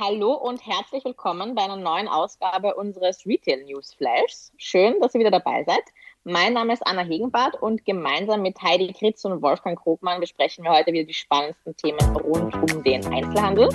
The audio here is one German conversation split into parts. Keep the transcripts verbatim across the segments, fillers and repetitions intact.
Hallo und herzlich willkommen bei einer neuen Ausgabe unseres Retail News Flashs. Schön, dass ihr wieder dabei seid. Mein Name ist Anna Hegenbart und gemeinsam mit Heidi Kritz und Wolfgang Krogmann besprechen wir heute wieder die spannendsten Themen rund um den Einzelhandel.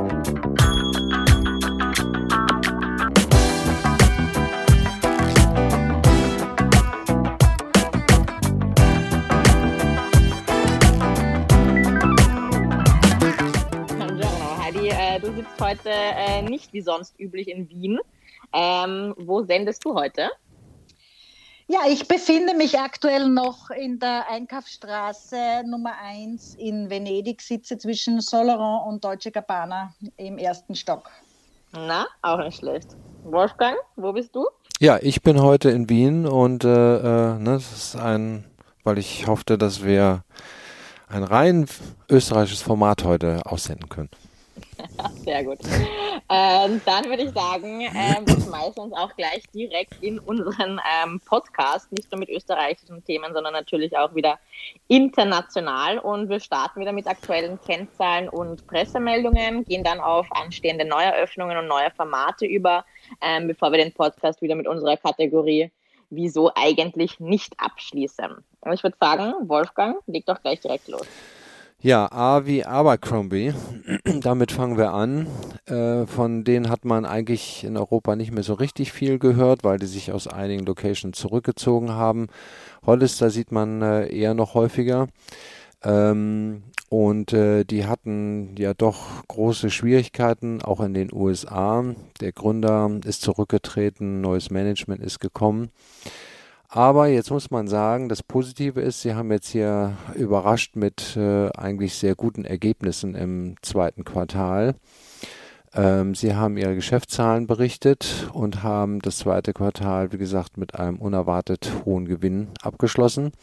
Du sitzt heute äh, nicht wie sonst üblich in Wien. Ähm, wo sendest du heute? Ja, ich befinde mich aktuell noch in der Einkaufsstraße Nummer eins in Venedig, sitze zwischen Saint Laurent und Deutsche Gabbana im ersten Stock. Na, auch nicht schlecht. Wolfgang, wo bist du? Ja, ich bin heute in Wien und äh, äh, ne, das ist ein, weil ich hoffte, dass wir ein rein österreichisches Format heute aussenden können. Sehr gut. Ähm, dann würde ich sagen, ähm, wir schmeißen uns auch gleich direkt in unseren ähm, Podcast, nicht nur mit österreichischen Themen, sondern natürlich auch wieder international. Und wir starten wieder mit aktuellen Kennzahlen und Pressemeldungen, gehen dann auf anstehende Neueröffnungen und neue Formate über, ähm, bevor wir den Podcast wieder mit unserer Kategorie Wieso eigentlich nicht abschließen. Und ich würde sagen, Wolfgang, leg doch gleich direkt los. Ja, A wie Abercrombie, damit fangen wir an. Äh, von denen hat man eigentlich in Europa nicht mehr so richtig viel gehört, weil die sich aus einigen Locations zurückgezogen haben. Hollister sieht man äh, eher noch häufiger. Ähm, und äh, die hatten ja doch große Schwierigkeiten, auch in den U S A. Der Gründer ist zurückgetreten, neues Management ist gekommen. Aber jetzt muss man sagen, das Positive ist, sie haben jetzt hier überrascht mit äh, eigentlich sehr guten Ergebnissen im zweiten Quartal. Ähm, sie haben ihre Geschäftszahlen berichtet und haben das zweite Quartal, wie gesagt, mit einem unerwartet hohen Gewinn abgeschlossen.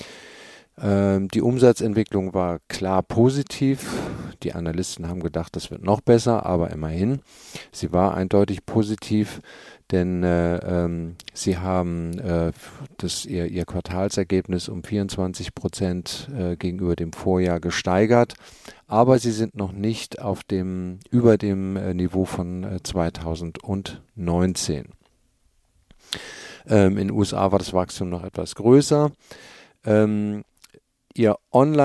Ähm, die Umsatzentwicklung war klar positiv. Die Analysten haben gedacht, das wird noch besser, aber immerhin. Sie war eindeutig positiv, denn äh, ähm, sie haben äh, das, ihr, ihr Quartalsergebnis um vierundzwanzig Prozent äh, gegenüber dem Vorjahr gesteigert, aber sie sind noch nicht auf dem, über dem äh, Niveau von äh, zweitausendneunzehn. Ähm, in den U S A war das Wachstum noch etwas größer. Ähm, ihr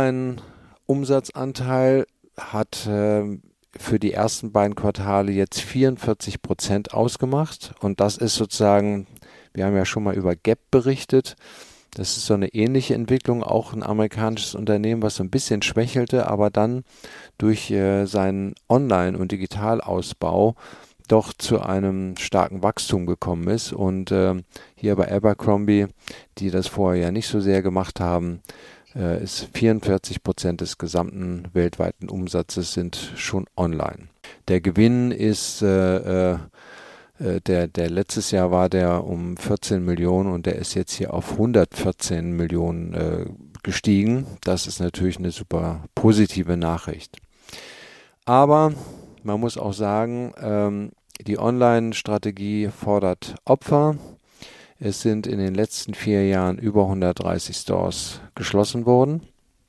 Online-Umsatzanteil hat äh, für die ersten beiden Quartale jetzt vierundvierzig Prozent ausgemacht und das ist sozusagen, wir haben ja schon mal über Gap berichtet, das ist so eine ähnliche Entwicklung, auch ein amerikanisches Unternehmen, was so ein bisschen schwächelte, aber dann durch äh, seinen Online- und Digitalausbau doch zu einem starken Wachstum gekommen ist und äh, hier bei Abercrombie, die das vorher ja nicht so sehr gemacht haben, äh, ist vierundvierzig Prozent des gesamten weltweiten Umsatzes sind schon online. Der Gewinn ist, äh, äh, der, der letztes Jahr war der um vierzehn Millionen und der ist jetzt hier auf hundertvierzehn Millionen äh, gestiegen. Das ist natürlich eine super positive Nachricht. Aber man muss auch sagen, ähm, die Online-Strategie fordert Opfer. Es sind in den letzten vier Jahren über hundertdreißig Stores geschlossen worden.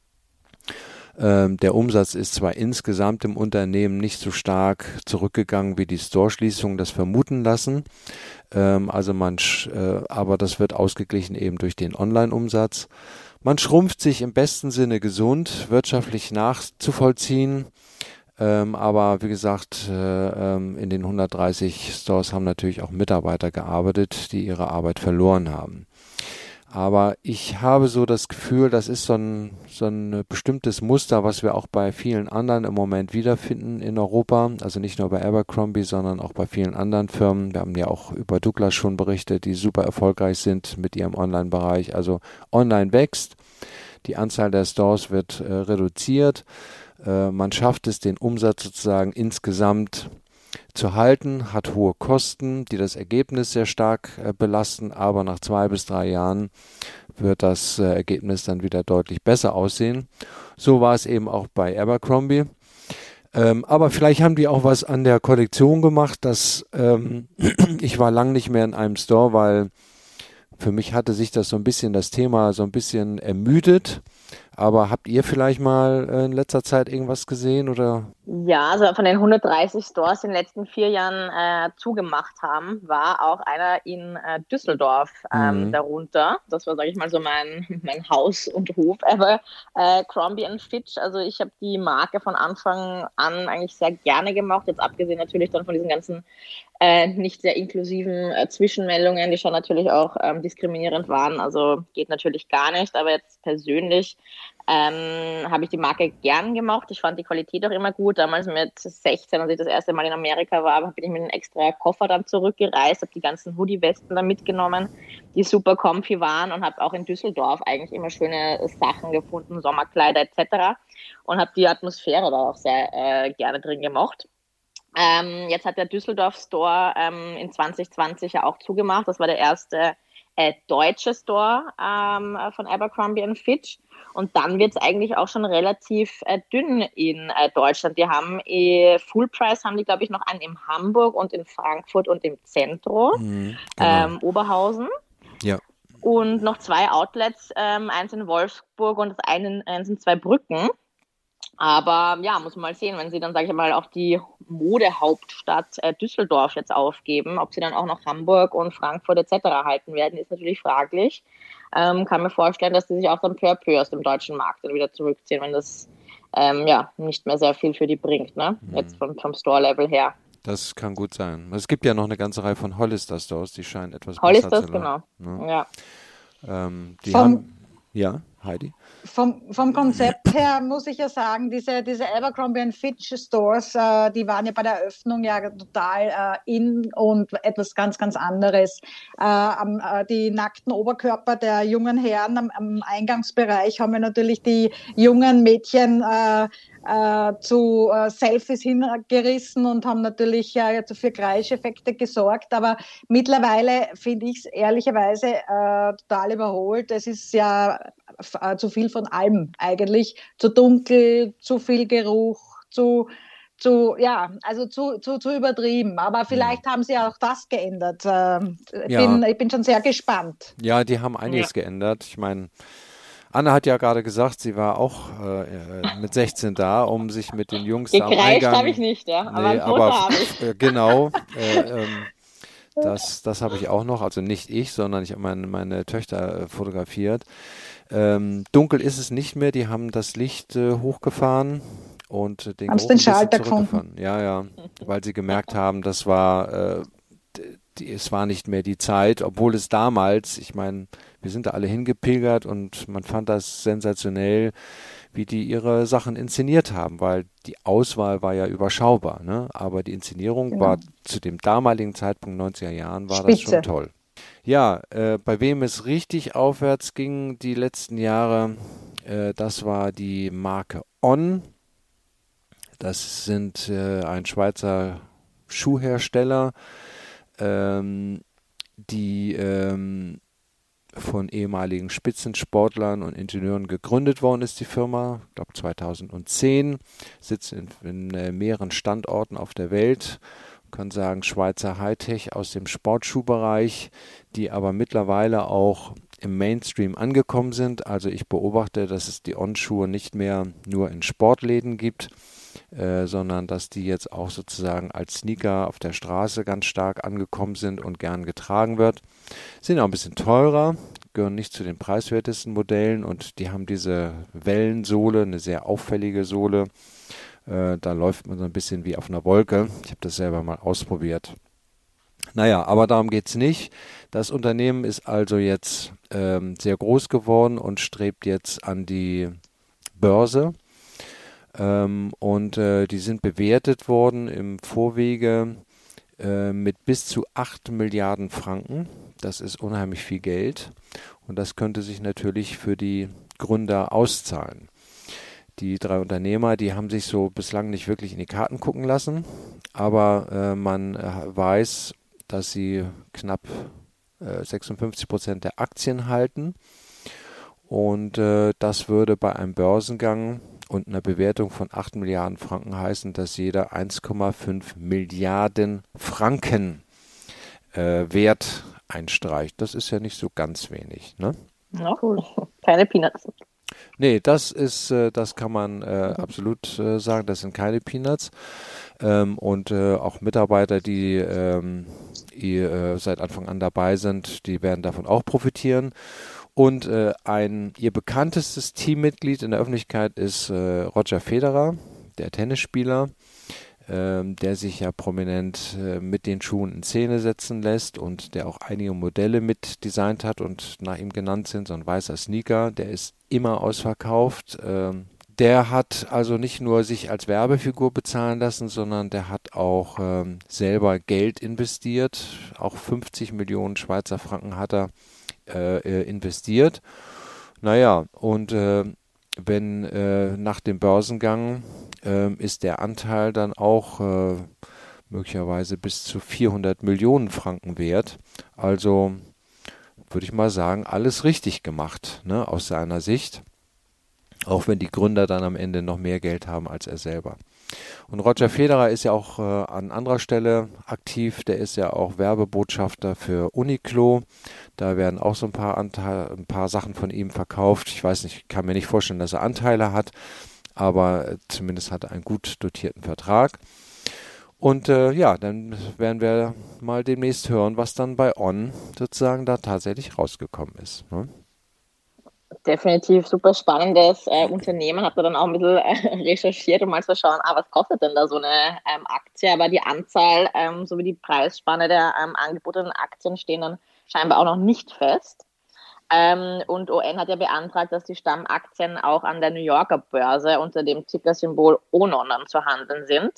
Ähm, der Umsatz ist zwar insgesamt im Unternehmen nicht so stark zurückgegangen, wie die Store-Schließungen das vermuten lassen. Ähm, also man, äh, aber das wird ausgeglichen eben durch den Online-Umsatz. Man schrumpft sich im besten Sinne gesund, wirtschaftlich nachzuvollziehen. Ähm, aber wie gesagt, äh, ähm, in den hundertdreißig Stores haben natürlich auch Mitarbeiter gearbeitet, die ihre Arbeit verloren haben. Aber ich habe so das Gefühl, das ist so ein, so ein bestimmtes Muster, was wir auch bei vielen anderen im Moment wiederfinden in Europa. Also nicht nur bei Abercrombie, sondern auch bei vielen anderen Firmen. Wir haben ja auch über Douglas schon berichtet, die super erfolgreich sind mit ihrem Online-Bereich. Also online wächst, die Anzahl der Stores wird äh, reduziert. Man schafft es, den Umsatz sozusagen insgesamt zu halten, hat hohe Kosten, die das Ergebnis sehr stark äh, belasten, aber nach zwei bis drei Jahren wird das äh, Ergebnis dann wieder deutlich besser aussehen. So war es eben auch bei Abercrombie. Ähm, aber vielleicht haben die auch was an der Kollektion gemacht, dass ähm, ich war lang nicht mehr in einem Store, weil für mich hatte sich das so ein bisschen, das Thema so ein bisschen ermüdet. Aber habt ihr vielleicht mal in letzter Zeit irgendwas gesehen oder Ja, also von den hundertdreißig Stores, die in den letzten vier Jahren äh, zugemacht haben, war auch einer in äh, Düsseldorf ähm, Mhm. darunter. Das war, sage ich mal, so mein, mein Haus und Hof. Aber äh, Crombie and Fitch, also ich habe die Marke von Anfang an eigentlich sehr gerne gemacht. Jetzt abgesehen natürlich dann von diesen ganzen äh, nicht sehr inklusiven äh, Zwischenmeldungen, die schon natürlich auch ähm, diskriminierend waren. Also geht natürlich gar nicht. Aber jetzt persönlich ähm, habe ich die Marke gern gemacht. Ich fand die Qualität auch immer gut. Damals mit sechzehn, als ich das erste Mal in Amerika war, bin ich mit einem extra Koffer dann zurückgereist, habe die ganzen Hoodie-Westen da mitgenommen, die super comfy waren und habe auch in Düsseldorf eigentlich immer schöne Sachen gefunden, Sommerkleider et cetera. Und habe die Atmosphäre da auch sehr äh, gerne drin gemacht. Ähm, jetzt hat der Düsseldorf Store ähm, in zwanzig zwanzig ja auch zugemacht. Das war der erste äh, deutsche Store ähm, von Abercrombie and Fitch. Und dann wird es eigentlich auch schon relativ äh, dünn in äh, Deutschland. Die haben eh Full Price, haben die, glaube ich, noch einen in Hamburg und in Frankfurt und im Zentrum, Mhm, genau. ähm, Oberhausen. Ja. Und noch zwei Outlets, ähm, eins in Wolfsburg und das eine, eins in Zweibrücken. Aber ja, muss man mal sehen, wenn sie dann, sage ich mal, auch die Modehauptstadt äh, Düsseldorf jetzt aufgeben, ob sie dann auch noch Hamburg und Frankfurt et cetera halten werden, ist natürlich fraglich. Ähm, kann mir vorstellen, dass die sich auch dann peu à peu aus dem deutschen Markt dann wieder zurückziehen, wenn das ähm, ja nicht mehr sehr viel für die bringt, ne? Jetzt vom, vom Store-Level her. Das kann gut sein. Es gibt ja noch eine ganze Reihe von Hollister Stores, die scheinen etwas besser zu Hollister, laufen. genau. Ne? Ja. Ähm, die Vom, haben, ja, Heidi? Vom, vom Konzept her muss ich ja sagen, diese, diese Abercrombie and Fitch Stores, äh, die waren ja bei der Eröffnung ja total äh, in und etwas ganz, ganz anderes. Äh, am, äh, die nackten Oberkörper der jungen Herren am, am Eingangsbereich haben wir natürlich die jungen Mädchen äh, äh, zu äh, Selfies hingerissen und haben natürlich äh, für Kreischeffekte gesorgt. Aber mittlerweile finde ich es ehrlicherweise äh, total überholt. Es ist ja äh, zu viel von allem eigentlich. Zu dunkel, zu viel Geruch, zu, zu ja, also zu, zu, zu übertrieben. Aber vielleicht haben sie auch das geändert. Ähm, ich, Ja, bin, ich bin schon sehr gespannt. ja, die haben Ja. einiges geändert. Ich meine, Anna hat ja gerade gesagt, sie war auch äh, mit sechzehn da, um sich mit den Jungs da am Gekreischt habe ich Eingang. nicht, ja, aber Nee, ein Foto aber habe ich. äh, genau. Äh, ähm, das das habe ich auch noch. Also nicht ich, sondern ich habe meine, meine Töchter äh, fotografiert. Ähm, dunkel ist es nicht mehr. Die haben das Licht äh, hochgefahren und äh, den Haben sie Geruch den ein bisschen Schalter gefunden? zurückgefahren. Ja, ja, weil sie gemerkt haben, das war, äh, die, es war nicht mehr die Zeit, obwohl es damals, ich meine, wir sind da alle hingepilgert und man fand das sensationell, wie die ihre Sachen inszeniert haben, weil die Auswahl war ja überschaubar, ne? Aber die Inszenierung Genau. war zu dem damaligen Zeitpunkt, neunziger Jahren, war das schon Spitze. toll. Ja, äh, bei wem es richtig aufwärts ging die letzten Jahre, äh, das war die Marke On. Das sind äh, ein Schweizer Schuhhersteller, ähm, die ähm, von ehemaligen Spitzensportlern und Ingenieuren gegründet worden ist, die Firma. Ich glaube zweitausendzehn, sitzt in, in äh, mehreren Standorten auf der Welt. Man kann sagen, Schweizer Hightech aus dem Sportschuhbereich, die aber mittlerweile auch im Mainstream angekommen sind. Also ich beobachte, dass es die On-Schuhe nicht mehr nur in Sportläden gibt, äh, sondern dass die jetzt auch sozusagen als Sneaker auf der Straße ganz stark angekommen sind und gern getragen wird. Sind auch ein bisschen teurer, gehören nicht zu den preiswertesten Modellen und die haben diese Wellensohle, eine sehr auffällige Sohle. Äh, da läuft man so ein bisschen wie auf einer Wolke. Ich habe das selber mal ausprobiert. Naja, aber darum geht's nicht. Das Unternehmen ist also jetzt ähm, sehr groß geworden und strebt jetzt an die Börse. Ähm, und äh, die sind bewertet worden im Vorwege äh, mit bis zu acht Milliarden Franken. Das ist unheimlich viel Geld und das könnte sich natürlich für die Gründer auszahlen. Die drei Unternehmer, die haben sich so bislang nicht wirklich in die Karten gucken lassen, aber äh, man äh, weiß, dass sie knapp äh, sechsundfünfzig Prozent der Aktien halten und äh, das würde bei einem Börsengang und einer Bewertung von acht Milliarden Franken heißen, dass jeder eins Komma fünf Milliarden Franken äh, Wert einstreicht. Das ist ja nicht so ganz wenig, ne? Ja, cool. Keine Peanuts. Nee, das ist, äh, das kann man äh, absolut äh, sagen, das sind keine Peanuts. Ähm, und äh, auch Mitarbeiter, die, ähm, die äh, seit Anfang an dabei sind, die werden davon auch profitieren. Und äh, ein ihr bekanntestes Teammitglied in der Öffentlichkeit ist äh, Roger Federer, der Tennisspieler, ähm, der sich ja prominent äh, mit den Schuhen in Szene setzen lässt und der auch einige Modelle mit designt hat und nach ihm genannt sind. So ein weißer Sneaker, der ist immer ausverkauft. Ähm, der hat also nicht nur sich als Werbefigur bezahlen lassen, sondern der hat auch ähm, selber Geld investiert. Auch fünfzig Millionen Schweizer Franken hat er äh, investiert. Naja, und äh, wenn äh, nach dem Börsengang äh, ist der Anteil dann auch äh, möglicherweise bis zu vierhundert Millionen Franken wert. Also würde ich mal sagen, alles richtig gemacht, ne, aus seiner Sicht. Auch wenn die Gründer dann am Ende noch mehr Geld haben als er selber. Und Roger Federer ist ja auch äh, an anderer Stelle aktiv. Der ist ja auch Werbebotschafter für Uniqlo. Da werden auch so ein paar, Anteil, ein paar Sachen von ihm verkauft. Ich weiß nicht, kann mir nicht vorstellen, dass er Anteile hat, aber zumindest hat er einen gut dotierten Vertrag. Und äh, ja, dann werden wir mal demnächst hören, was dann bei On sozusagen da tatsächlich rausgekommen ist. Ne? Definitiv super spannendes äh, Unternehmen. Habe da dann auch ein bisschen äh, recherchiert, um mal zu schauen, ah, was kostet denn da so eine ähm, Aktie? Aber die Anzahl ähm, sowie die Preisspanne der ähm, angebotenen Aktien stehen dann scheinbar auch noch nicht fest. Ähm, und O N hat ja beantragt, dass die Stammaktien auch an der New Yorker Börse unter dem Tickersymbol O N O N zu handeln sind.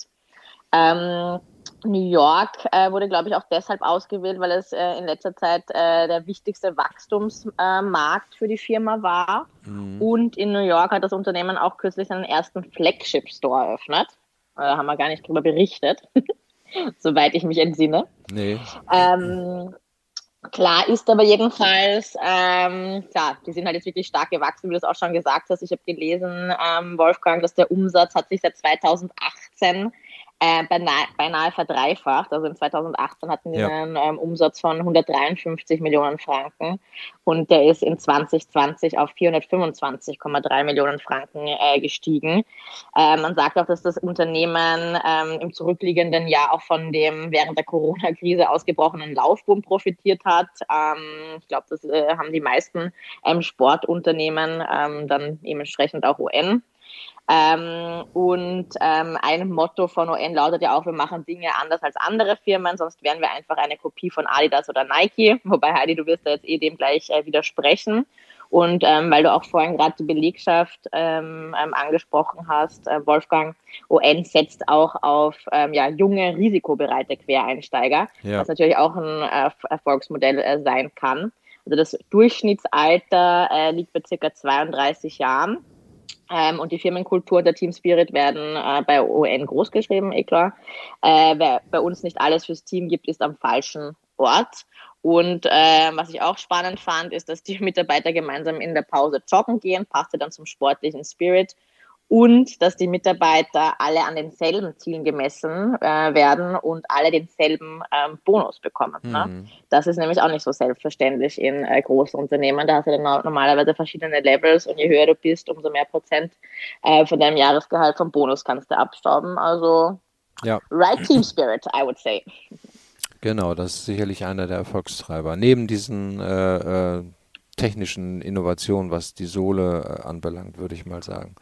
Ähm, New York äh, wurde, glaube ich, auch deshalb ausgewählt, weil es äh, in letzter Zeit äh, der wichtigste Wachstumsmarkt äh, für die Firma war. Mhm. Und in New York hat das Unternehmen auch kürzlich seinen ersten Flagship-Store eröffnet. Äh, da haben wir gar nicht drüber berichtet, soweit ich mich entsinne. Nee. Ähm, klar ist aber jedenfalls, ähm, klar, die sind halt jetzt wirklich stark gewachsen, wie du es auch schon gesagt hast. Ich habe gelesen, ähm, Wolfgang, dass der Umsatz hat sich seit zweitausendachtzehn Äh, beinahe, beinahe verdreifacht. Also in zweitausendachtzehn hatten die ja. einen ähm, Umsatz von hundertdreiundfünfzig Millionen Franken und der ist in zwanzig zwanzig auf vierhundertfünfundzwanzig Komma drei Millionen Franken äh, gestiegen. Äh, man sagt auch, dass das Unternehmen ähm, im zurückliegenden Jahr auch von dem während der Corona-Krise ausgebrochenen Laufboom profitiert hat. Ähm, ich glaube, das äh, haben die meisten ähm, Sportunternehmen, ähm, dann dementsprechend auch O N. Ähm, und ähm, ein Motto von O N lautet ja auch, wir machen Dinge anders als andere Firmen, sonst wären wir einfach eine Kopie von Adidas oder Nike. Wobei, Heidi, du wirst da jetzt eh dem gleich äh, widersprechen. Und ähm, weil du auch vorhin gerade die Belegschaft ähm, ähm, angesprochen hast, äh, Wolfgang, O N setzt auch auf ähm, ja, junge, risikobereite Quereinsteiger, ja. was natürlich auch ein äh, Erfolgsmodell äh, sein kann. Also das Durchschnittsalter äh, liegt bei circa zweiunddreißig Jahren. Ähm, und die Firmenkultur und der Team Spirit werden äh, bei O N großgeschrieben, eh klar. Äh, wer bei uns nicht alles fürs Team gibt, ist am falschen Ort. Und äh, was ich auch spannend fand, ist, dass die Mitarbeiter gemeinsam in der Pause joggen gehen, passte dann zum sportlichen Spirit. Und dass die Mitarbeiter alle an denselben Zielen gemessen äh, werden und alle denselben ähm, Bonus bekommen. Mhm. Ne? Das ist nämlich auch nicht so selbstverständlich in äh, großen Unternehmen. Da hast du dann normalerweise verschiedene Levels und je höher du bist, umso mehr Prozent äh, von deinem Jahresgehalt vom Bonus kannst du abstauben. Also ja. Right Team Spirit, I would say. Genau, das ist sicherlich einer der Erfolgstreiber. Neben diesen äh, äh, technischen Innovationen, was die Sohle äh, anbelangt, würde ich mal sagen.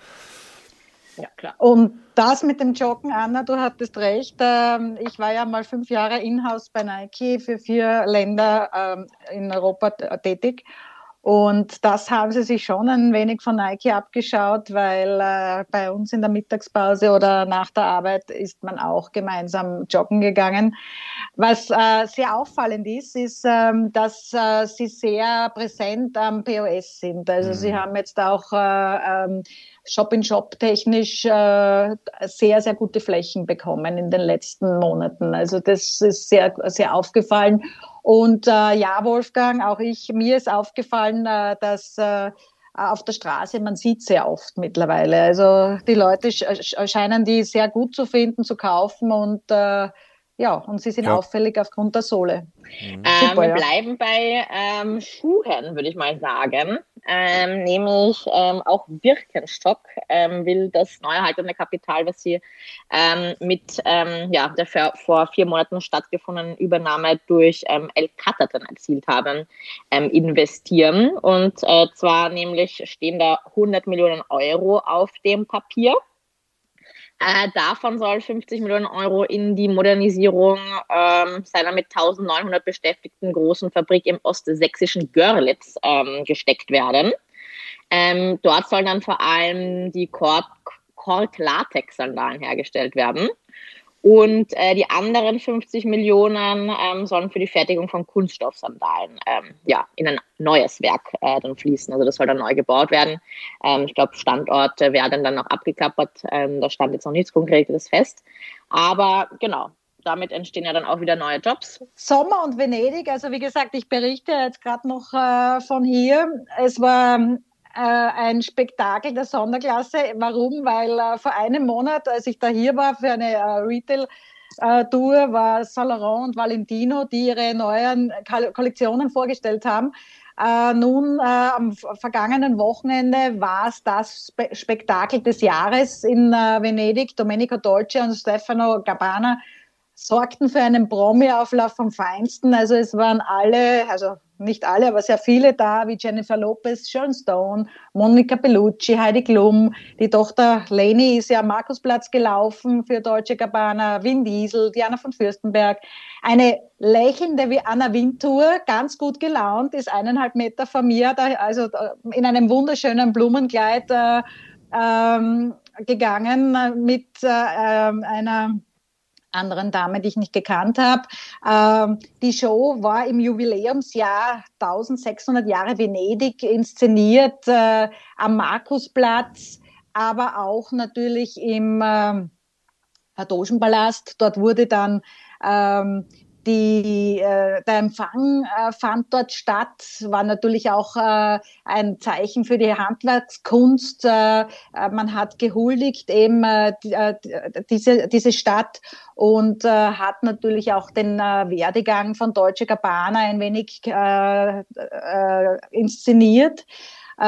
Ja, klar. Und das mit dem Joggen, Anna, du hattest recht. Ähm, ich war ja mal fünf Jahre in-house bei Nike für vier Länder ähm, in Europa tätig. Und das haben sie sich schon ein wenig von Nike abgeschaut, weil äh, bei uns in der Mittagspause oder nach der Arbeit ist man auch gemeinsam joggen gegangen. Was äh, sehr auffallend ist, ist, ähm, dass äh, sie sehr präsent am P O S sind. Also mhm. sie haben jetzt auch äh, ähm, Shop-in-Shop technisch äh, sehr, sehr gute Flächen bekommen in den letzten Monaten. Also das ist sehr, sehr aufgefallen. Und äh, ja, Wolfgang, auch ich, mir ist aufgefallen, äh, dass äh, auf der Straße, man sieht sehr oft mittlerweile. Also die Leute sch- scheinen die sehr gut zu finden, zu kaufen und äh, ja, und sie sind ja. auffällig aufgrund der Sohle. Mhm. Super, ähm, wir ja. bleiben bei ähm, Schuhen, würde ich mal sagen. ähm, nämlich ähm, auch Birkenstock ähm, will das neu erhaltene Kapital, was sie ähm, mit ähm, ja, der für, vor vier Monaten stattgefundenen Übernahme durch ähm, El Catatan erzielt haben, ähm, investieren. Und äh, zwar nämlich stehen da hundert Millionen Euro auf dem Papier. Äh, davon soll fünfzig Millionen Euro in die Modernisierung ähm, seiner mit eintausendneunhundert Beschäftigten großen Fabrik im ostsächsischen Görlitz ähm, gesteckt werden. Ähm, dort sollen dann vor allem die Kork-Latex-Sandalen hergestellt werden. Und äh, die anderen fünfzig Millionen ähm, sollen für die Fertigung von Kunststoffsandalen ähm, ja, in ein neues Werk äh, dann fließen. Also das soll dann neu gebaut werden. Ähm, ich glaube, Standorte werden dann noch abgeklappert. Ähm, da stand jetzt noch nichts Konkretes fest. Aber genau, damit entstehen ja dann auch wieder neue Jobs. Sommer und Venedig, also wie gesagt, ich berichte jetzt gerade noch äh, von hier. Es war äh, ein Spektakel der Sonderklasse. Warum? Weil äh, vor einem Monat, als ich da hier war für eine äh, Retail äh, Tour, war Saint Laurent und Valentino, die ihre neuen Kollektionen vorgestellt haben. Äh, nun, äh, am vergangenen Wochenende war es das Spe- Spektakel des Jahres in äh, Venedig. Domenico Dolce und Stefano Gabbana sorgten für einen Promi-Auflauf vom Feinsten. Also es waren alle, also nicht alle, aber sehr viele da, wie Jennifer Lopez, Sharon Stone, Monica Bellucci, Heidi Klum. Die Tochter Leni ist ja am Markusplatz gelaufen für Dolce Gabbana, Vin Diesel, Diana von Fürstenberg. Eine lächelnde wie Anna Wintour, ganz gut gelaunt, ist eineinhalb Meter von mir, da, also in einem wunderschönen Blumenkleid äh, ähm, gegangen mit äh, einer anderen Dame, die ich nicht gekannt habe. Ähm, die Show war im Jubiläumsjahr eintausendsechshundert Jahre Venedig inszeniert, äh, am Markusplatz, aber auch natürlich im äh, Dogenpalast. Dort wurde dann ähm, die, äh, der Empfang äh, fand dort statt, war natürlich auch äh, ein Zeichen für die Handwerkskunst. Äh, man hat gehuldigt eben äh, die, äh, diese, diese Stadt und äh, hat natürlich auch den äh, Werdegang von Dolce Gabbana ein wenig äh, äh, inszeniert. Äh,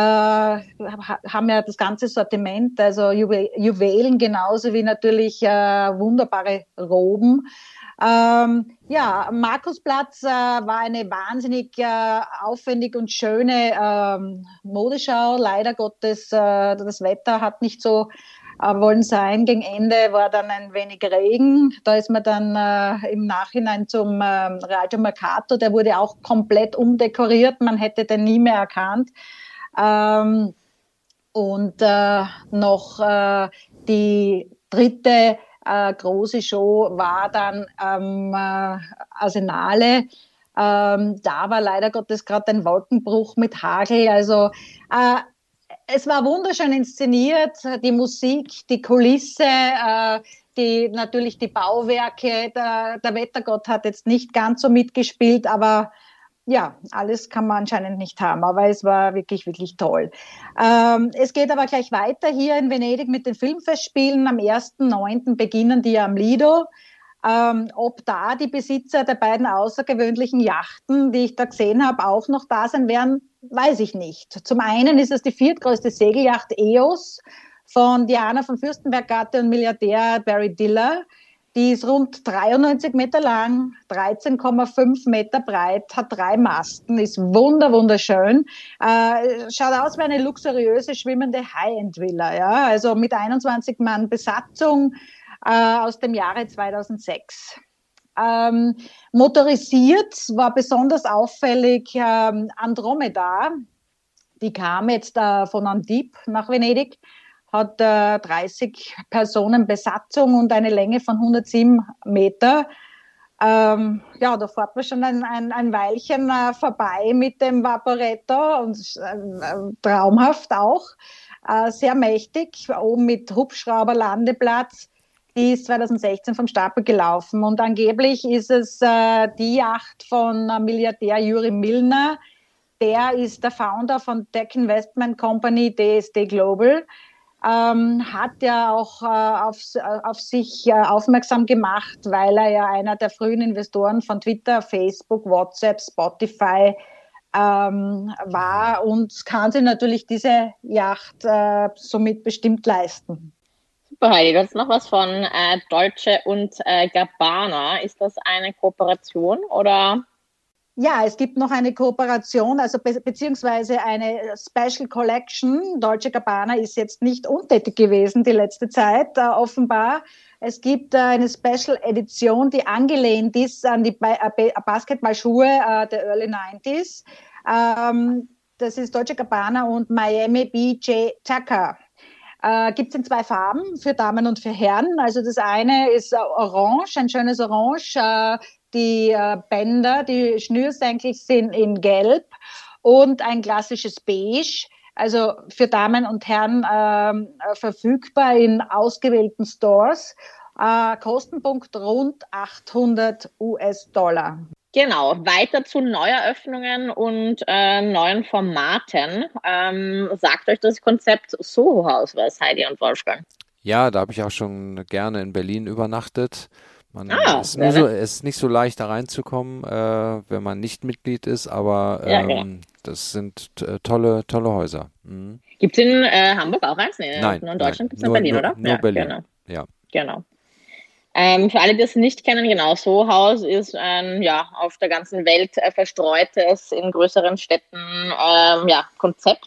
haben ja das ganze Sortiment, also Juwe- Juwelen genauso wie natürlich äh, wunderbare Roben. Ähm, ja, Markusplatz äh, war eine wahnsinnig äh, aufwendig und schöne ähm, Modeschau. Leider Gottes, äh, das Wetter hat nicht so äh, wollen sein. Gegen Ende war dann ein wenig Regen. Da ist man dann äh, im Nachhinein zum äh, Rialto Mercato. Der wurde auch komplett umdekoriert. Man hätte den nie mehr erkannt. Ähm, und äh, noch äh, die dritte äh, große Show war dann am äh, Arsenale. Ähm, da war leider Gottes gerade ein Wolkenbruch mit Hagel. Also äh, es war wunderschön inszeniert, die Musik, die Kulisse, äh, die, natürlich die Bauwerke. Der, der Wettergott hat jetzt nicht ganz so mitgespielt, aber ja, alles kann man anscheinend nicht haben, aber es war wirklich, wirklich toll. Ähm, es geht aber gleich weiter hier in Venedig mit den Filmfestspielen. Am ersten neunten beginnen die am Lido. Ähm, ob da die Besitzer der beiden außergewöhnlichen Yachten, die ich da gesehen habe, auch noch da sein werden, weiß ich nicht. Zum einen ist es die viertgrößte Segelyacht E O S von Diana von Fürstenberg-Gatte und Milliardär Barry Diller. Die ist rund dreiundneunzig Meter lang, dreizehn Komma fünf Meter breit, hat drei Masten, ist wunder, wunderschön. Äh, schaut aus wie eine luxuriöse, schwimmende High-End-Villa, ja? Also mit einundzwanzig Mann Besatzung äh, aus dem Jahre zweitausendsechs. Ähm, motorisiert war besonders auffällig ähm, Andromeda. Die kam jetzt äh, von Antibes nach Venedig, hat äh, dreißig Personen Besatzung und eine Länge von hundertsieben Meter. Ähm, ja, da fährt man schon ein, ein, ein Weilchen äh, vorbei mit dem Vaporetto und äh, traumhaft auch, äh, sehr mächtig, oben mit Hubschrauber-Landeplatz. Die ist zweitausendsechzehn vom Stapel gelaufen und angeblich ist es äh, die Yacht von äh, Milliardär Juri Milner. Der ist der Founder von Tech Investment Company D S D Global. Ähm, hat ja auch äh, auf, auf sich äh, aufmerksam gemacht, weil er ja einer der frühen Investoren von Twitter, Facebook, WhatsApp, Spotify ähm, war und kann sich natürlich diese Yacht äh, somit bestimmt leisten. Super, Heidi, du hast noch was von äh, Dolce und äh, Gabbana. Ist das eine Kooperation oder? Ja, es gibt noch eine Kooperation, also be beziehungsweise eine Special Collection. Dolce Gabbana ist jetzt nicht untätig gewesen die letzte Zeit, äh, offenbar. Es gibt äh, eine Special Edition, die angelehnt ist an die ba äh, Basketballschuhe äh, der Early nineties. Ähm, das ist Dolce Gabbana und Miami B J Tucker. Äh, gibt es in zwei Farben, für Damen und für Herren. Also das eine ist äh, orange, ein schönes Orange. Äh, die äh, Bänder, die Schnürsenkel sind in gelb und ein klassisches Beige. Also für Damen und Herren äh, verfügbar in ausgewählten Stores. Äh, Kostenpunkt rund achthundert US-Dollar. Genau, weiter zu Neueröffnungen und äh, neuen Formaten. Ähm, sagt euch das Konzept Soho-Haus was, Heidi und Wolfgang? Ja, da habe ich auch schon gerne in Berlin übernachtet. Man Ah, ist nur so, es ist nicht so leicht da reinzukommen, äh, wenn man nicht Mitglied ist, aber ähm, ja, genau. das sind äh, tolle, tolle Häuser. Mhm. Gibt es in äh, Hamburg auch eins? Nee, Nein, nur in Deutschland gibt es in nur, Berlin, nur, oder? Nur Ja, Berlin. Genau. Ja. Genau. Ähm, für alle, die es nicht kennen, genau, Soho-Haus ist ein ja, auf der ganzen Welt äh, verstreutes, in größeren Städten ähm, ja, Konzept.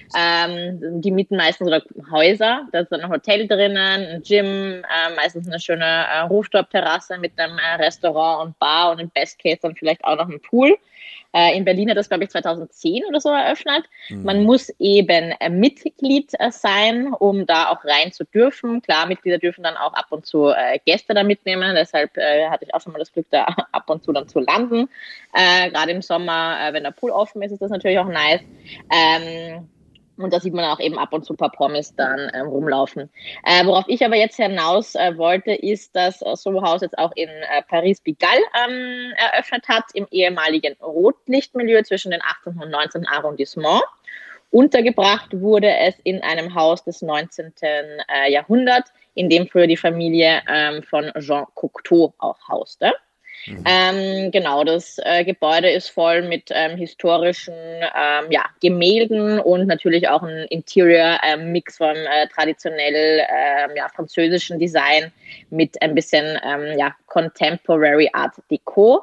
Ähm, die mieten meistens oder Häuser, da ist ein Hotel drinnen, ein Gym, äh, meistens eine schöne äh, Rooftop-Terrasse mit einem äh, Restaurant und Bar und im Best Case dann vielleicht auch noch ein Pool. Äh, in Berlin hat das, glaube ich, zweitausendzehn oder so eröffnet. Mhm. Man muss eben äh, Mitglied äh, sein, um da auch rein zu dürfen. Klar, Mitglieder dürfen dann auch ab und zu äh, Gäste da mitnehmen, deshalb äh, hatte ich auch schon mal das Glück, da ab und zu dann zu landen. Äh, Gerade im Sommer, äh, wenn der Pool offen ist, ist das natürlich auch nice. Ähm, Und da sieht man auch eben ab und zu ein paar Promis dann ähm, rumlaufen. Äh, worauf ich aber jetzt hinaus äh, wollte, ist, dass äh, Soho-Haus jetzt auch in äh, Paris-Pigalle ähm, eröffnet hat, im ehemaligen Rotlichtmilieu zwischen den achtzehnten und neunzehnten Arrondissement. Untergebracht wurde es in einem Haus des neunzehnten Äh, Jahrhunderts, in dem früher die Familie ähm, von Jean Cocteau auch hauste. Mhm. Ähm, genau, das äh, Gebäude ist voll mit ähm, historischen ähm, ja, Gemälden und natürlich auch ein Interior-Mix ähm, von äh, traditionell äh, ja, französischen Design mit ein bisschen ähm, ja, Contemporary Art Deco.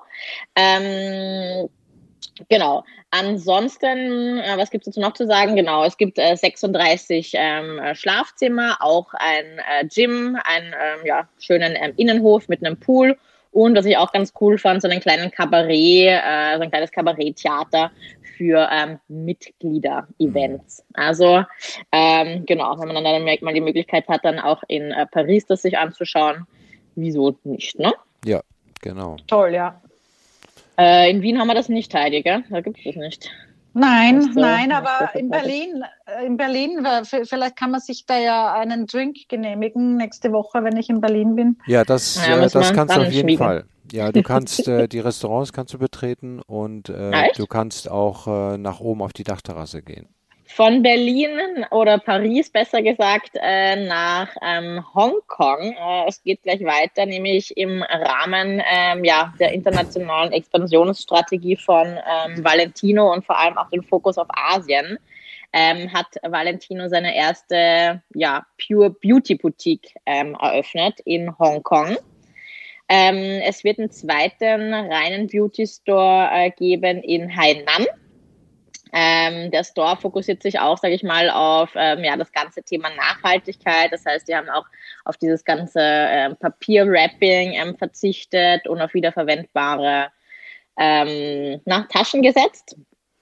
Ähm, Genau. Ansonsten, äh, was gibt es dazu noch zu sagen? Genau, es gibt äh, sechsunddreißig ähm, Schlafzimmer, auch ein äh, Gym, einen ähm, ja, schönen ähm, Innenhof mit einem Pool. Und was ich auch ganz cool fand, so einen kleinen Kabarett, äh, so ein kleines Kabaretttheater für ähm, Mitglieder-Events. Also ähm, genau, wenn man dann mal die Möglichkeit hat, dann auch in äh, Paris das sich anzuschauen, wieso nicht, ne? Ja, genau. Toll, ja. Äh, in Wien haben wir das nicht, Heidi, gell? Da gibt es das nicht. Nein, du, nein, aber in Berlin, in Berlin, vielleicht kann man sich da ja einen Drink genehmigen nächste Woche, wenn ich in Berlin bin. Ja, das, ja, äh, das kannst du auf jeden schmiegen. Fall. Ja, du kannst äh, die Restaurants kannst du betreten und äh, du kannst auch äh, nach oben auf die Dachterrasse gehen. Von Berlin oder Paris, besser gesagt, äh, nach ähm, Hongkong. Äh, es geht gleich weiter, nämlich im Rahmen ähm, ja, der internationalen Expansionsstrategie von ähm, Valentino und vor allem auch den Fokus auf Asien. Ähm, hat Valentino seine erste ja, Pure Beauty Boutique ähm, eröffnet in Hongkong. Ähm, es wird einen zweiten reinen Beauty Store äh, geben in Hainan. Ähm, der Store fokussiert sich auch, sage ich mal, auf ähm, ja, das ganze Thema Nachhaltigkeit. Das heißt, die haben auch auf dieses ganze ähm, Papierwrapping ähm, verzichtet und auf wiederverwendbare ähm, na, Taschen gesetzt.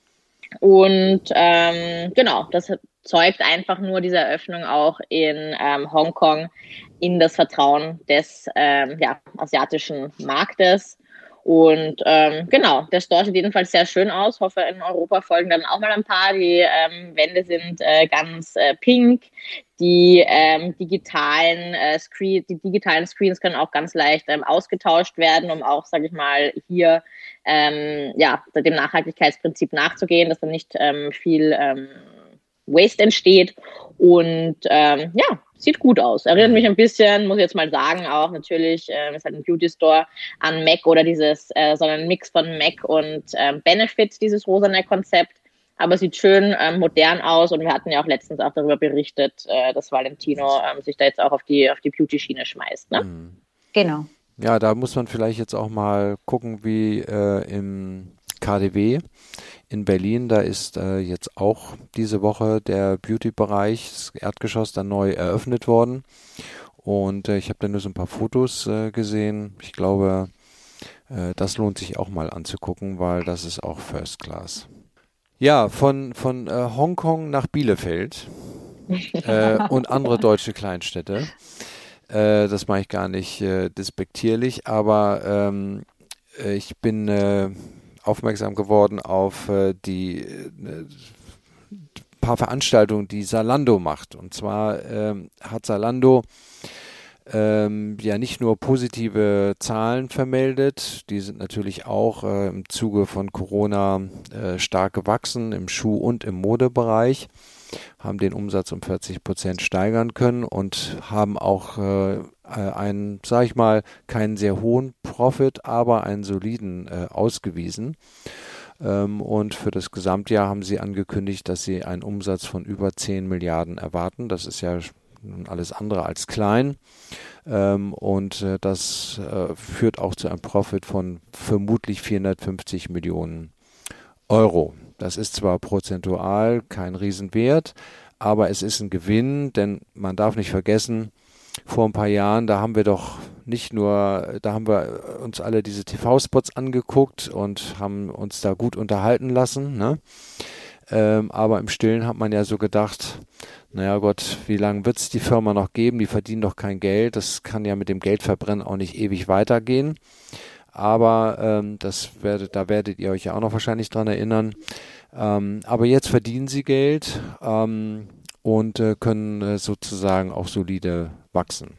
Und ähm, genau, das zeugt einfach nur diese Eröffnung auch in ähm, Hongkong in das Vertrauen des ähm, ja, asiatischen Marktes. Und ähm, genau, der Store sieht jedenfalls sehr schön aus. Hoffe, in Europa folgen dann auch mal ein paar. Die ähm, Wände sind äh, ganz äh, pink. Die ähm, digitalen äh, Screen, die digitalen Screens können auch ganz leicht ähm, ausgetauscht werden, um auch, sage ich mal, hier ähm, ja dem Nachhaltigkeitsprinzip nachzugehen, dass dann nicht ähm, viel ähm, Waste entsteht. Und ähm, ja, sieht gut aus. Erinnert mich ein bisschen, muss ich jetzt mal sagen, auch natürlich, äh, ist halt ein Beauty Store an Mac oder dieses, äh, sondern ein Mix von Mac und ähm, Benefit, dieses rosane Konzept. Aber sieht schön ähm, modern aus und wir hatten ja auch letztens auch darüber berichtet, äh, dass Valentino ähm, sich da jetzt auch auf die, auf die Beauty-Schiene schmeißt. Ne? Mhm. Genau. Ja, da muss man vielleicht jetzt auch mal gucken, wie äh, im K D W in Berlin, da ist äh, jetzt auch diese Woche der Beauty-Bereich, das Erdgeschoss, dann neu eröffnet worden. Und äh, ich habe da nur so ein paar Fotos äh, gesehen. Ich glaube, äh, das lohnt sich auch mal anzugucken, weil das ist auch First Class. Ja, von, von äh, Hongkong nach Bielefeld äh, und andere deutsche Kleinstädte. Äh, das mache ich gar nicht äh, despektierlich, aber ähm, äh, ich bin äh, aufmerksam geworden auf äh, die äh, paar Veranstaltungen, die Zalando macht. Und zwar ähm, hat Zalando ähm, ja nicht nur positive Zahlen vermeldet, die sind natürlich auch äh, im Zuge von Corona äh, stark gewachsen im Schuh- und im Modebereich, haben den Umsatz um vierzig Prozent steigern können und haben auch äh, einen, sag ich mal, keinen sehr hohen Profit, aber einen soliden äh, ausgewiesen. Ähm, und für das Gesamtjahr haben sie angekündigt, dass sie einen Umsatz von über zehn Milliarden erwarten. Das ist ja alles andere als klein. Ähm, und äh, das äh, führt auch zu einem Profit von vermutlich vierhundertfünfzig Millionen Euro. Das ist zwar prozentual kein Riesenwert, aber es ist ein Gewinn, denn man darf nicht vergessen, vor ein paar Jahren, da haben wir doch nicht nur, da haben wir uns alle diese T V-Spots angeguckt und haben uns da gut unterhalten lassen, ne? Ähm, aber im Stillen hat man ja so gedacht, naja Gott, wie lange wird es die Firma noch geben? Die verdienen doch kein Geld. Das kann ja mit dem Geldverbrennen auch nicht ewig weitergehen. Aber ähm, das werdet, da werdet ihr euch ja auch noch wahrscheinlich dran erinnern. Ähm, aber jetzt verdienen sie Geld ähm, und äh, können äh, sozusagen auch solide wachsen.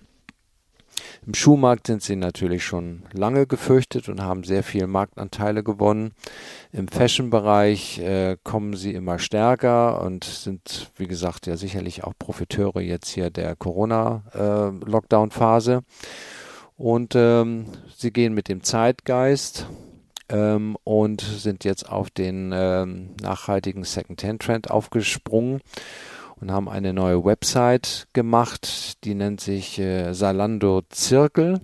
Im Schuhmarkt sind sie natürlich schon lange gefürchtet und haben sehr viel Marktanteile gewonnen. Im Fashion-Bereich äh, kommen sie immer stärker und sind, wie gesagt, ja sicherlich auch Profiteure jetzt hier der Corona-Lockdown-Phase. Und ähm, sie gehen mit dem Zeitgeist ähm, und sind jetzt auf den ähm, nachhaltigen Second-Hand-Trend aufgesprungen und haben eine neue Website gemacht, die nennt sich äh, Zalando Zirkel.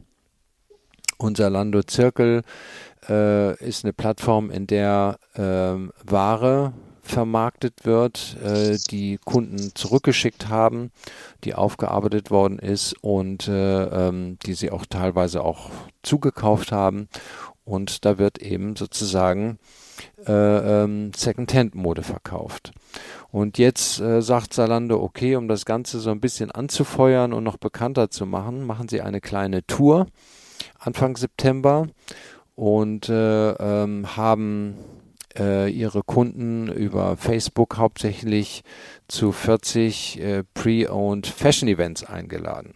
Und Zalando Zirkel äh, ist eine Plattform, in der ähm, Ware vermarktet wird, äh, die Kunden zurückgeschickt haben, die aufgearbeitet worden ist und äh, ähm, die sie auch teilweise auch zugekauft haben. Und da wird eben sozusagen äh, ähm, Second-Hand-Mode verkauft. Und jetzt äh, sagt Zalando, okay, um das Ganze so ein bisschen anzufeuern und noch bekannter zu machen, machen sie eine kleine Tour Anfang September und äh, ähm, haben äh, ihre Kunden über Facebook hauptsächlich zu vierzig äh, Pre-Owned Fashion Events eingeladen.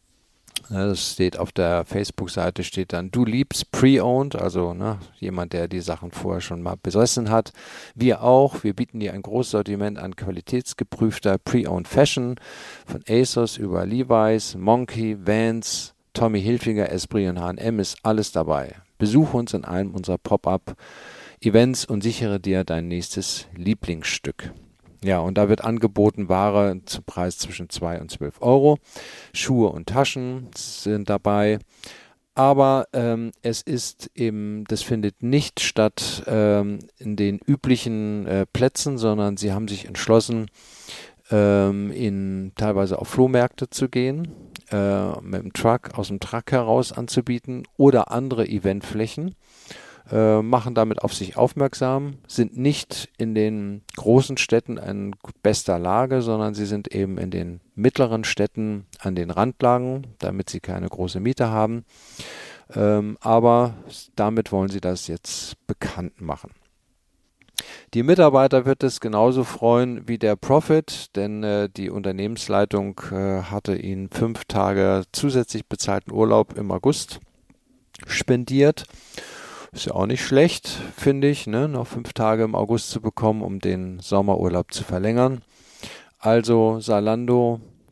Das steht auf der Facebook-Seite, steht dann, du liebst Pre-Owned, also ne, jemand, der die Sachen vorher schon mal besessen hat. Wir auch, wir bieten dir ein großes Sortiment an qualitätsgeprüfter Pre-Owned Fashion, von ASOS über Levi's, Monkey, Vans, Tommy Hilfiger, Esprit und H und M ist alles dabei. Besuche uns in einem unserer Pop-Up-Events und sichere dir dein nächstes Lieblingsstück. Ja, und da wird angeboten Ware zum Preis zwischen zwei und zwölf Euro. Schuhe und Taschen sind dabei. Aber ähm, es ist eben, das findet nicht statt ähm, in den üblichen äh, Plätzen, sondern sie haben sich entschlossen, ähm, in teilweise auf Flohmärkte zu gehen, äh, mit dem Truck, aus dem Truck heraus anzubieten oder andere Eventflächen. Äh, machen damit auf sich aufmerksam, sind nicht in den großen Städten in bester Lage, sondern sie sind eben in den mittleren Städten an den Randlagen, damit sie keine große Miete haben. Ähm, aber damit wollen sie das jetzt bekannt machen. Die Mitarbeiter wird es genauso freuen wie der Profit, denn äh, die Unternehmensleitung äh, hatte ihnen fünf Tage zusätzlich bezahlten Urlaub im August spendiert. Ist ja auch nicht schlecht, finde ich, ne? Noch fünf Tage im August zu bekommen, um den Sommerurlaub zu verlängern. Also Zalando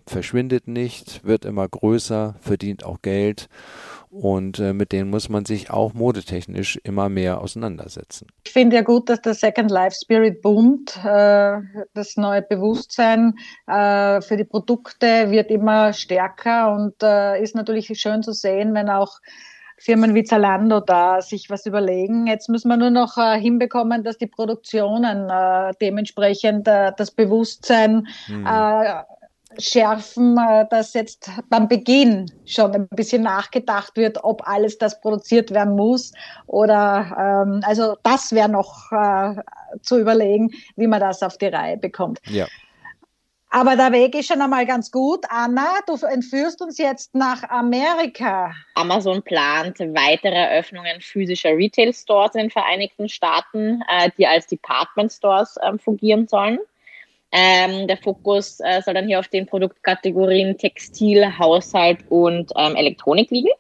verschwindet nicht, wird immer größer, verdient auch Geld. Und äh, mit denen muss man sich auch modetechnisch immer mehr auseinandersetzen. Ich finde ja gut, dass der Second Life Spirit boomt. Äh, das neue Bewusstsein äh, für die Produkte wird immer stärker und äh, ist natürlich schön zu sehen, wenn auch Firmen wie Zalando da sich was überlegen. Jetzt müssen wir nur noch äh, hinbekommen, dass die Produktionen äh, dementsprechend äh, das Bewusstsein hm. äh, schärfen, dass jetzt beim Beginn schon ein bisschen nachgedacht wird, ob alles das produziert werden muss oder ähm, also das wäre noch äh, zu überlegen, wie man das auf die Reihe bekommt. Ja. Aber der Weg ist schon einmal ganz gut. Anna, du entführst uns jetzt nach Amerika. Amazon plant weitere Eröffnungen physischer Retail-Stores in den Vereinigten Staaten, äh, die als Department Stores äh, fungieren sollen. Ähm, der Fokus äh, soll dann hier auf den Produktkategorien Textil, Haushalt und ähm, Elektronik liegen.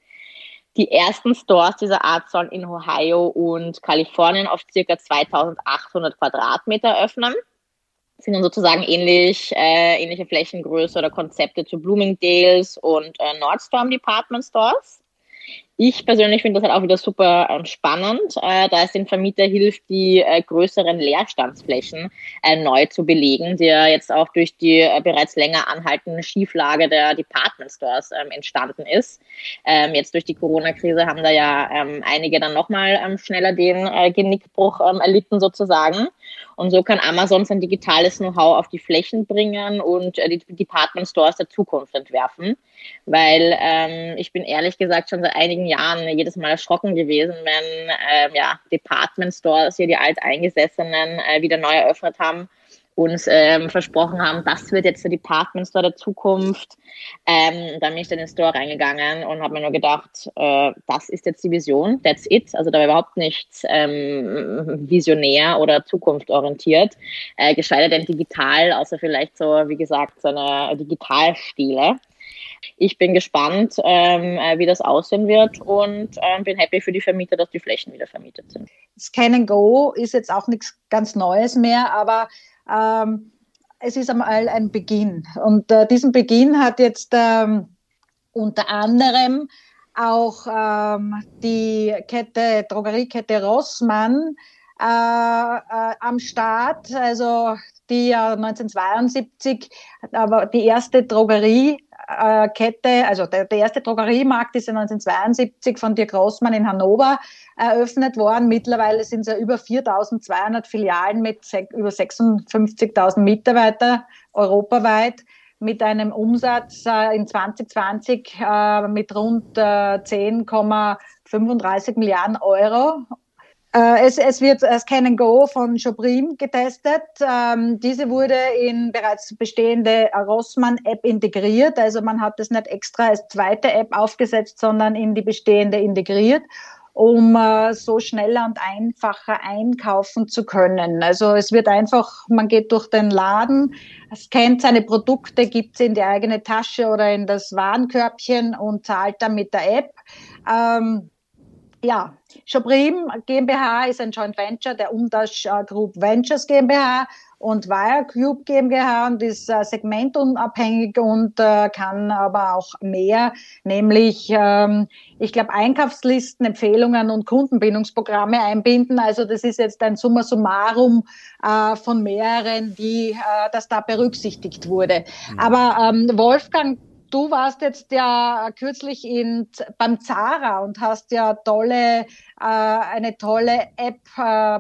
Die ersten Stores dieser Art sollen in Ohio und Kalifornien auf ca. zweitausendachthundert Quadratmeter öffnen. Das sind dann sozusagen ähnlich, äh, ähnliche Flächengröße oder Konzepte zu Bloomingdale's und äh, Nordstrom Department Stores. Ich persönlich finde das halt auch wieder super äh, spannend, äh, da es den Vermieter hilft, die äh, größeren Leerstandsflächen äh, neu zu belegen, die ja jetzt auch durch die äh, bereits länger anhaltende Schieflage der Department Stores ähm, entstanden ist. Ähm, jetzt durch die Corona-Krise haben da ja ähm, einige dann nochmal ähm, schneller den äh, Genickbruch ähm, erlitten sozusagen. Und so kann Amazon sein digitales Know-how auf die Flächen bringen und äh, die Department Stores der Zukunft entwerfen. Weil ähm, ich bin ehrlich gesagt schon seit einigen Jahren jedes Mal erschrocken gewesen, wenn äh, ja, Department Stores hier die Alteingesessenen äh, wieder neu eröffnet haben, uns ähm, versprochen haben, das wird jetzt der Department Store der Zukunft. Ähm, dann bin ich dann in den Store reingegangen und habe mir nur gedacht, äh, das ist jetzt die Vision, that's it. Also da war überhaupt nichts ähm, visionär oder zukunftsorientiert, äh, geschweige denn digital, außer vielleicht so, wie gesagt, so eine Digitalstele. Ich bin gespannt, ähm, wie das aussehen wird und ähm, bin happy für die Vermieter, dass die Flächen wieder vermietet sind. Scan and Go ist jetzt auch nichts ganz Neues mehr, aber ähm, es ist einmal ein Beginn. Und äh, diesen Beginn hat jetzt ähm, unter anderem auch ähm, die Kette, Drogeriekette Rossmann äh, äh, am Start, also die ja neunzehnhundertzweiundsiebzig, aber die erste Drogeriekette, also der, der erste Drogeriemarkt ist ja neunzehnhundertzweiundsiebzig von Dirk Rossmann in Hannover eröffnet worden. Mittlerweile sind es ja über viertausendzweihundert Filialen mit sech, über sechsundfünfzigtausend Mitarbeiter europaweit, mit einem Umsatz äh, in zwanzig zwanzig äh, mit rund äh, zehn Komma fünfunddreißig Milliarden Euro. Es, es wird Scan and Go von Jobrim getestet. Ähm, diese wurde in bereits bestehende Rossmann-App integriert. Also man hat das nicht extra als zweite App aufgesetzt, sondern in die bestehende integriert, um äh, so schneller und einfacher einkaufen zu können. Also es wird einfach, man geht durch den Laden, scannt seine Produkte, gibt sie in die eigene Tasche oder in das Warenkörbchen und zahlt dann mit der App. Ähm, Ja, Jobrim GmbH ist ein Joint Venture der Umdash Group Ventures GmbH und Wirecube GmbH und ist äh, segmentunabhängig und äh, kann aber auch mehr, nämlich, ähm, ich glaube, Einkaufslisten, Empfehlungen und Kundenbindungsprogramme einbinden. Also das ist jetzt ein Summa summarum äh, von mehreren, die äh, das da berücksichtigt wurde. Mhm. Aber ähm, Wolfgang, du warst jetzt ja kürzlich in, beim Zara und hast ja tolle, äh, eine tolle App äh,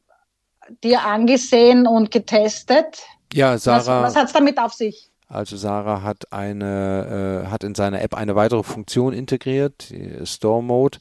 dir angesehen und getestet. Ja, Sarah. Was, was hat es damit auf sich? Also Sarah hat eine, äh, hat in seiner App eine weitere Funktion integriert, die Store Mode.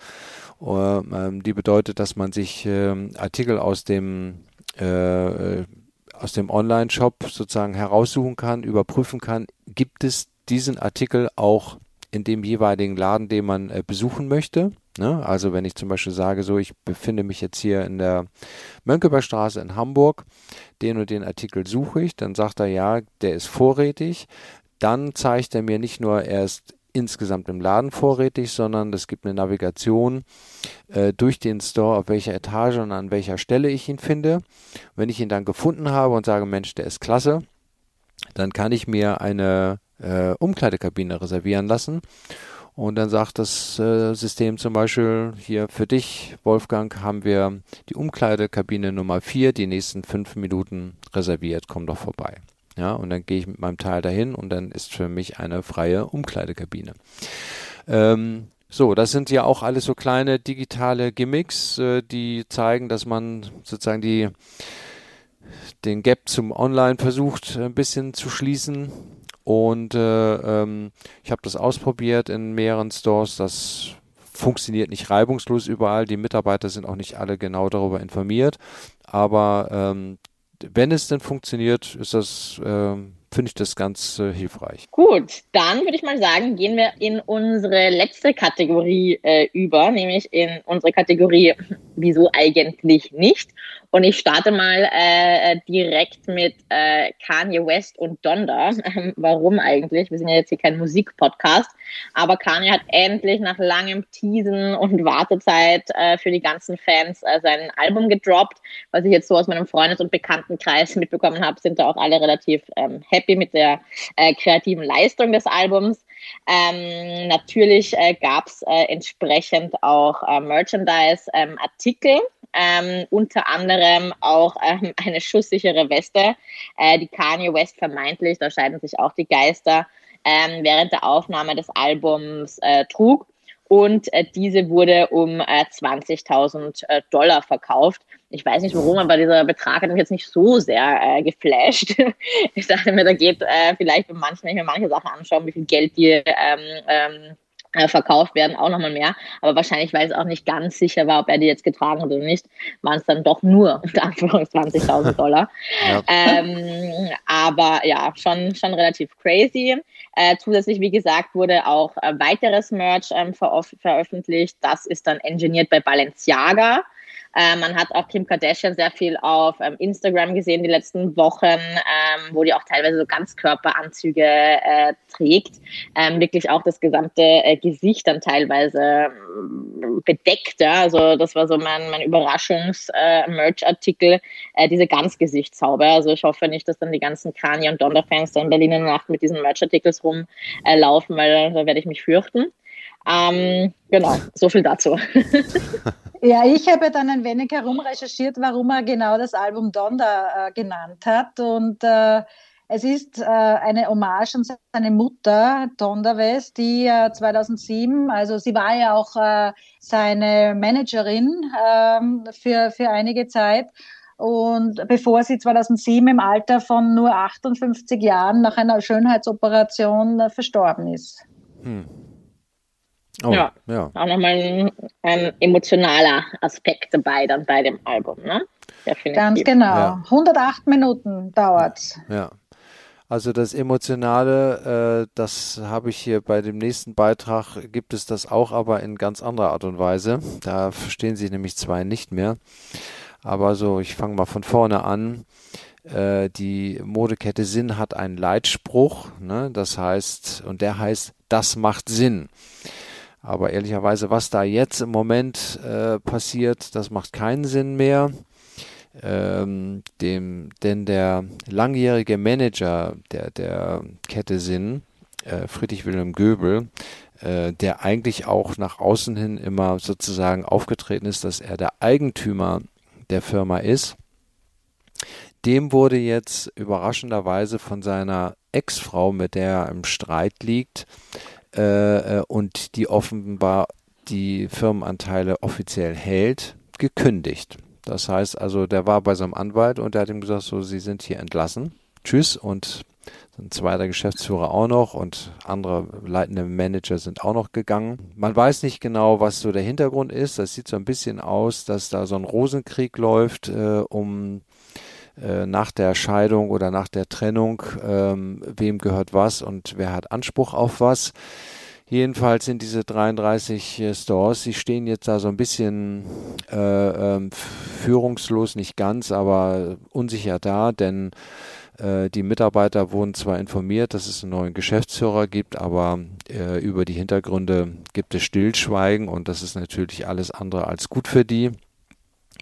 Ähm, die bedeutet, dass man sich ähm, Artikel aus dem äh, aus dem Online-Shop sozusagen heraussuchen kann, überprüfen kann, gibt es diesen Artikel auch in dem jeweiligen Laden, den man äh, besuchen möchte. Ne? Also wenn ich zum Beispiel sage, so ich befinde mich jetzt hier in der Mönckebergstraße in Hamburg, den und den Artikel suche ich, dann sagt er, ja, der ist vorrätig. Dann zeigt er mir nicht nur, er ist insgesamt im Laden vorrätig, sondern es gibt eine Navigation äh, durch den Store, auf welcher Etage und an welcher Stelle ich ihn finde. Wenn ich ihn dann gefunden habe und sage, Mensch, der ist klasse, dann kann ich mir eine äh, Umkleidekabine reservieren lassen. Und dann sagt das äh, System zum Beispiel, hier für dich, Wolfgang, haben wir die Umkleidekabine Nummer vier, die nächsten fünf Minuten reserviert, komm doch vorbei. Ja, und dann gehe ich mit meinem Teil dahin und dann ist für mich eine freie Umkleidekabine. Ähm, so, das sind ja auch alles so kleine digitale Gimmicks, äh, die zeigen, dass man sozusagen die, den Gap zum Online versucht ein bisschen zu schließen. Und äh, ähm, ich habe das ausprobiert in mehreren Stores. Das funktioniert nicht reibungslos überall. Die Mitarbeiter sind auch nicht alle genau darüber informiert. Aber ähm, wenn es denn funktioniert, ist das, äh, finde ich das ganz äh, hilfreich. Gut, dann würde ich mal sagen, gehen wir in unsere letzte Kategorie äh, über, nämlich in unsere Kategorie Wieso eigentlich nicht? Und ich starte mal äh, direkt mit äh, Kanye West und Donda. Ähm, warum eigentlich? Wir sind ja jetzt hier kein Musikpodcast, aber Kanye hat endlich nach langem Teasen und Wartezeit äh, für die ganzen Fans äh, sein Album gedroppt. Was ich jetzt so aus meinem Freundes- und Bekanntenkreis mitbekommen habe, sind da auch alle relativ ähm, happy mit der äh, kreativen Leistung des Albums. Ähm, natürlich äh, gab es äh, entsprechend auch äh, Merchandise-Artikel, ähm, unter anderem auch ähm, eine schusssichere Weste, äh, die Kanye West vermeintlich, da scheiden sich auch die Geister, ähm, während der Aufnahme des Albums äh, trug. Und äh, diese wurde um äh, zwanzigtausend äh, Dollar verkauft. Ich weiß nicht warum, aber dieser Betrag hat mich jetzt nicht so sehr äh, geflasht. Ich dachte mir, da geht äh, vielleicht bei manchen, wenn ich mir manche Sachen anschaue, wie viel Geld die ähm, ähm, äh, verkauft werden, auch nochmal mehr. Aber wahrscheinlich, weil es auch nicht ganz sicher war, ob er die jetzt getragen hat oder nicht, waren es dann doch nur unter Anführungszeichen zwanzigtausend Dollar. Ja. Ähm, aber ja, schon, schon relativ crazy. Äh, zusätzlich, wie gesagt, wurde auch äh, weiteres Merch ähm, veröf- veröffentlicht. Das ist dann engineert bei Balenciaga. Äh, man hat auch Kim Kardashian sehr viel auf ähm, Instagram gesehen die letzten Wochen, ähm, wo die auch teilweise so Ganzkörperanzüge äh, trägt. Ähm, wirklich auch das gesamte äh, Gesicht dann teilweise äh, bedeckt. Ja? Also das war so mein, mein Überraschungs-Merch-Artikel, äh, diese Ganzgesichtszauber. Also ich hoffe nicht, dass dann die ganzen Kanye- und Donda-Fans da in Berlin in der Nacht mit diesen Merch-Artikels rumlaufen, äh, weil da werde ich mich fürchten. Ähm, genau, so viel dazu. Ja, ich habe dann ein wenig herumrecherchiert, warum er genau das Album Donda äh, genannt hat. Und äh, es ist äh, eine Hommage an seine Mutter, Donda West, die äh, zweitausendsieben, also sie war ja auch äh, seine Managerin äh, für, für einige Zeit. Und bevor sie zweitausendsieben im Alter von nur achtundfünfzig Jahren nach einer Schönheitsoperation äh, verstorben ist. Hm. Oh, ja, ja, auch nochmal ein, ein emotionaler Aspekt dabei dann bei dem Album, ne? Definitiv. Ganz genau. Ja. hundertacht Minuten dauert's. Ja. Also das Emotionale, äh, das habe ich hier bei dem nächsten Beitrag, gibt es das auch, aber in ganz anderer Art und Weise. Da verstehen sich nämlich zwei nicht mehr. Aber so, ich fange mal von vorne an. Äh, die Modekette Sinn hat einen Leitspruch, ne? Das heißt, und der heißt, das macht Sinn. Aber ehrlicherweise, was da jetzt im Moment äh, passiert, das macht keinen Sinn mehr. Ähm, dem, denn der langjährige Manager der, der Kette Sinn, äh, Friedrich Wilhelm Göbel, äh, der eigentlich auch nach außen hin immer sozusagen aufgetreten ist, dass er der Eigentümer der Firma ist, dem wurde jetzt überraschenderweise von seiner Ex-Frau, mit der er im Streit liegt, äh, und die offenbar die Firmenanteile offiziell hält, gekündigt. Das heißt also, der war bei seinem Anwalt und der hat ihm gesagt, so, Sie sind hier entlassen. Tschüss. Und ein zweiter Geschäftsführer auch noch und andere leitende Manager sind auch noch gegangen. Man weiß nicht genau, was so der Hintergrund ist. Das sieht so ein bisschen aus, dass da so ein Rosenkrieg läuft, äh, um äh, nach der Scheidung oder nach der Trennung, ähm, wem gehört was und wer hat Anspruch auf was. Jedenfalls sind diese dreiunddreißig äh, Stores, die stehen jetzt da so ein bisschen äh, äh, führungslos, nicht ganz, aber unsicher da, denn äh, die Mitarbeiter wurden zwar informiert, dass es einen neuen Geschäftsführer gibt, aber äh, über die Hintergründe gibt es Stillschweigen und das ist natürlich alles andere als gut für die.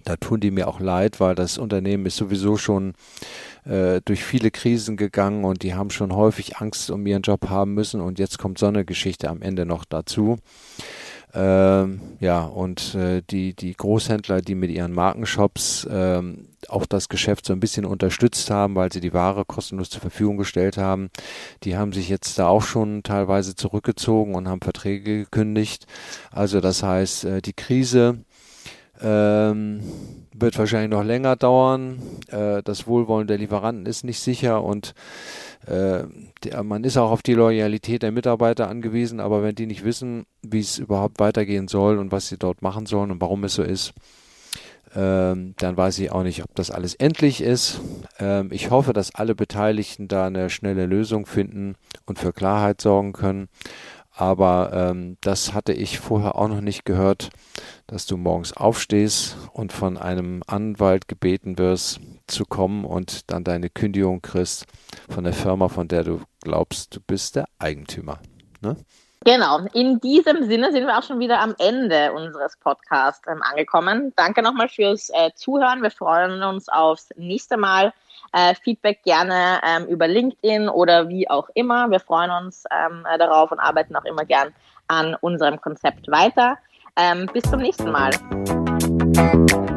Da tun die mir auch leid, weil das Unternehmen ist sowieso schon äh, durch viele Krisen gegangen und die haben schon häufig Angst um ihren Job haben müssen und jetzt kommt so eine Geschichte am Ende noch dazu. Ähm, ja, und äh, die, die Großhändler, die mit ihren Markenshops ähm, auch das Geschäft so ein bisschen unterstützt haben, weil sie die Ware kostenlos zur Verfügung gestellt haben, die haben sich jetzt da auch schon teilweise zurückgezogen und haben Verträge gekündigt. Also das heißt, äh, die Krise Ähm, wird wahrscheinlich noch länger dauern. Äh, das Wohlwollen der Lieferanten ist nicht sicher und äh, der, man ist auch auf die Loyalität der Mitarbeiter angewiesen, aber wenn die nicht wissen, wie es überhaupt weitergehen soll und was sie dort machen sollen und warum es so ist, ähm, dann weiß ich auch nicht, ob das alles endlich ist. Ähm, ich hoffe, dass alle Beteiligten da eine schnelle Lösung finden und für Klarheit sorgen können. Aber ähm, das hatte ich vorher auch noch nicht gehört, dass du morgens aufstehst und von einem Anwalt gebeten wirst, zu kommen und dann deine Kündigung kriegst von der Firma, von der du glaubst, du bist der Eigentümer. Ne? Genau, in diesem Sinne sind wir auch schon wieder am Ende unseres Podcasts ähm, angekommen. Danke nochmal fürs äh, Zuhören. Wir freuen uns aufs nächste Mal. Äh, Feedback gerne ähm, über LinkedIn oder wie auch immer. Wir freuen uns ähm, äh, darauf und arbeiten auch immer gern an unserem Konzept weiter. Ähm, bis zum nächsten Mal.